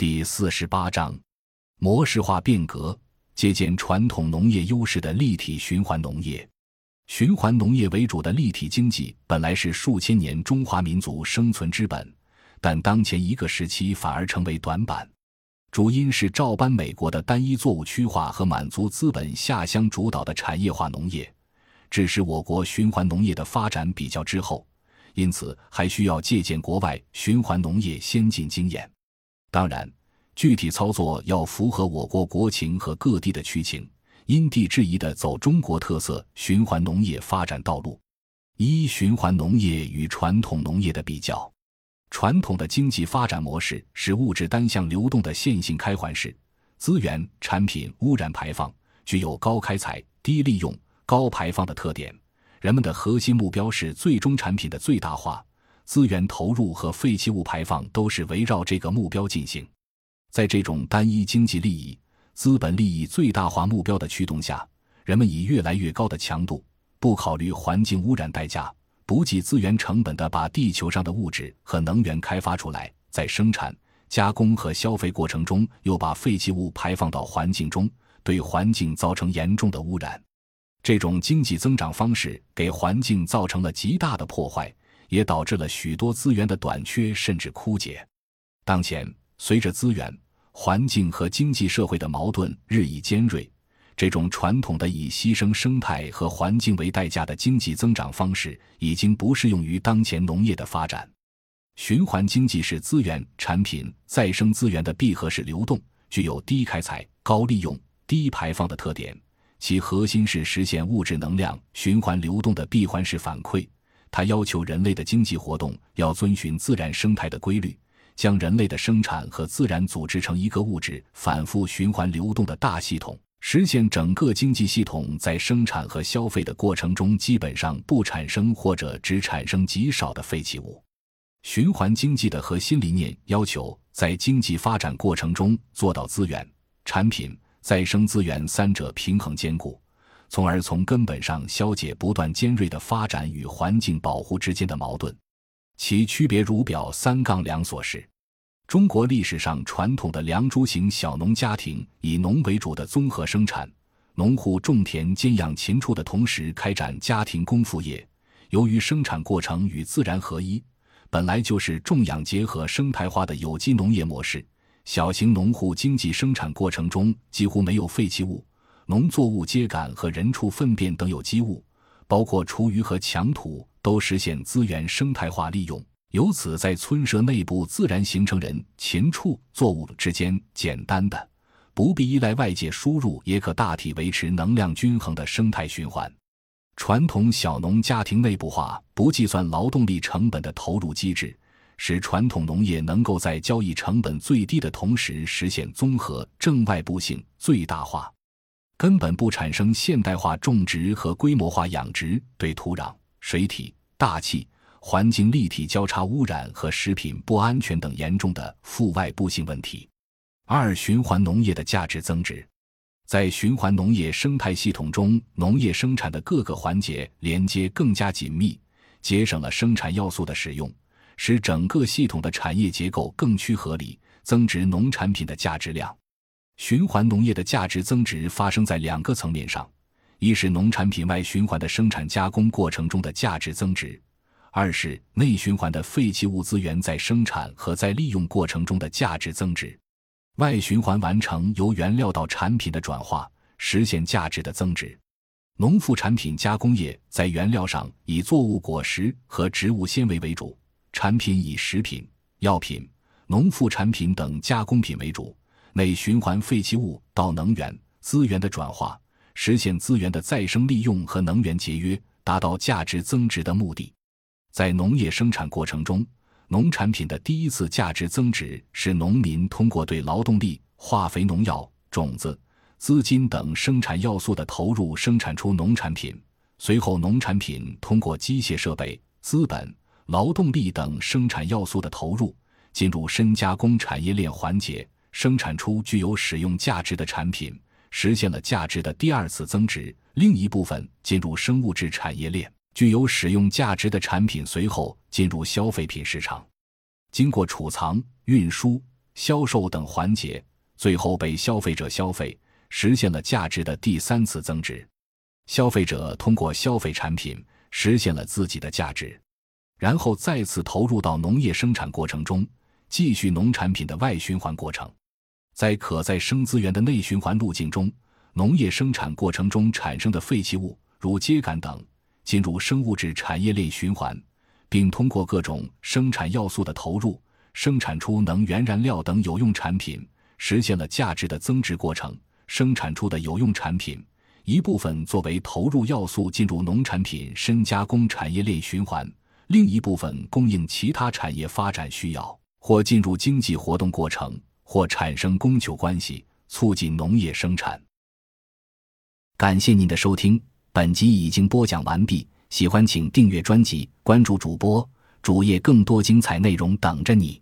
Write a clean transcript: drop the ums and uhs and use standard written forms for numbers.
第48章模式化变革，借鉴传统农业优势的立体循环农业。循环农业为主的立体经济本来是数千年中华民族生存之本，但当前一个时期反而成为短板。主因是照搬美国的单一作物区化和满足资本下乡主导的产业化农业，致使我国循环农业的发展比较滞后，因此还需要借鉴国外循环农业先进经验。当然，具体操作要符合我国国情和各地的区情，因地制宜地走中国特色循环农业发展道路。一、循环农业与传统农业的比较。传统的经济发展模式是物质单向流动的线性开环式，资源、产品污染排放，具有高开采、低利用、高排放的特点。人们的核心目标是最终产品的最大化，资源投入和废弃物排放都是围绕这个目标进行。在这种单一经济利益、资本利益最大化目标的驱动下，人们以越来越高的强度，不考虑环境污染代价，不计资源成本地把地球上的物质和能源开发出来，在生产、加工和消费过程中又把废弃物排放到环境中，对环境造成严重的污染。这种经济增长方式给环境造成了极大的破坏，也导致了许多资源的短缺甚至枯竭。当前，随着资源、环境和经济社会的矛盾日益尖锐，这种传统的以牺牲生态和环境为代价的经济增长方式已经不适用于当前农业的发展。循环经济是资源、产品、再生资源的闭合式流动，具有低开采、高利用、低排放的特点。其核心是实现物质能量循环流动的闭环式反馈，它要求人类的经济活动要遵循自然生态的规律，将人类的生产和自然组织成一个物质反复循环流动的大系统，实现整个经济系统在生产和消费的过程中基本上不产生或者只产生极少的废弃物。循环经济的核心理念要求在经济发展过程中做到资源、产品、再生资源三者平衡兼顾，从而从根本上消解不断尖锐的发展与环境保护之间的矛盾。其区别如表3-2所示。中国历史上传统的良渚型小农家庭以农为主的综合生产，农户种田兼养禽畜的同时开展家庭工副业，由于生产过程与自然合一，本来就是种养结合生态化的有机农业模式，小型农户经济生产过程中几乎没有废弃物，农作物秸秆和人畜粪便等有机物，包括厨余和墙土都实现资源生态化利用，由此在村舍内部自然形成人、禽畜、作物之间简单的、不必依赖外界输入也可大体维持能量均衡的生态循环。传统小农家庭内部化不计算劳动力成本的投入机制，使传统农业能够在交易成本最低的同时实现综合正外部性最大化，根本不产生现代化种植和规模化养殖对土壤、水体、大气、环境立体交叉污染和食品不安全等严重的负外部性问题。二、循环农业的价值增值。在循环农业生态系统中，农业生产的各个环节连接更加紧密，节省了生产要素的使用，使整个系统的产业结构更趋合理，增值农产品的价值量。循环农业的价值增值发生在2个层面上，一是农产品外循环的生产加工过程中的价值增值，二是内循环的废弃物资源在生产和在利用过程中的价值增值。外循环完成由原料到产品的转化，实现价值的增值。农副产品加工业在原料上以作物果实和植物纤维为主，产品以食品、药品、农副产品等加工品为主，内循环废弃物到能源、资源的转化，实现资源的再生利用和能源节约，达到价值增值的目的。在农业生产过程中，农产品的第一次价值增值是农民通过对劳动力、化肥、农药、种子、资金等生产要素的投入生产出农产品，随后农产品通过机械设备、资本、劳动力等生产要素的投入，进入深加工产业链环节，生产出具有使用价值的产品，实现了价值的第2次增值。另一部分进入生物质产业链，具有使用价值的产品随后进入消费品市场，经过储藏、运输、 销售等环节，最后被消费者消费，实现了价值的第3次增值。消费者通过消费产品实现了自己的价值，然后再次投入到农业生产过程中，继续农产品的外循环过程。在可再生资源的内循环路径中，农业生产过程中产生的废弃物，如秸秆等，进入生物质产业链循环，并通过各种生产要素的投入，生产出能源燃料等有用产品，实现了价值的增值过程。生产出的有用产品，一部分作为投入要素进入农产品深加工产业链循环，另一部分供应其他产业发展需要，或进入经济活动过程，或产生供求关系，促进农业生产。感谢您的收听，本集已经播讲完毕，喜欢请订阅专辑，关注主播，主页更多精彩内容等着你。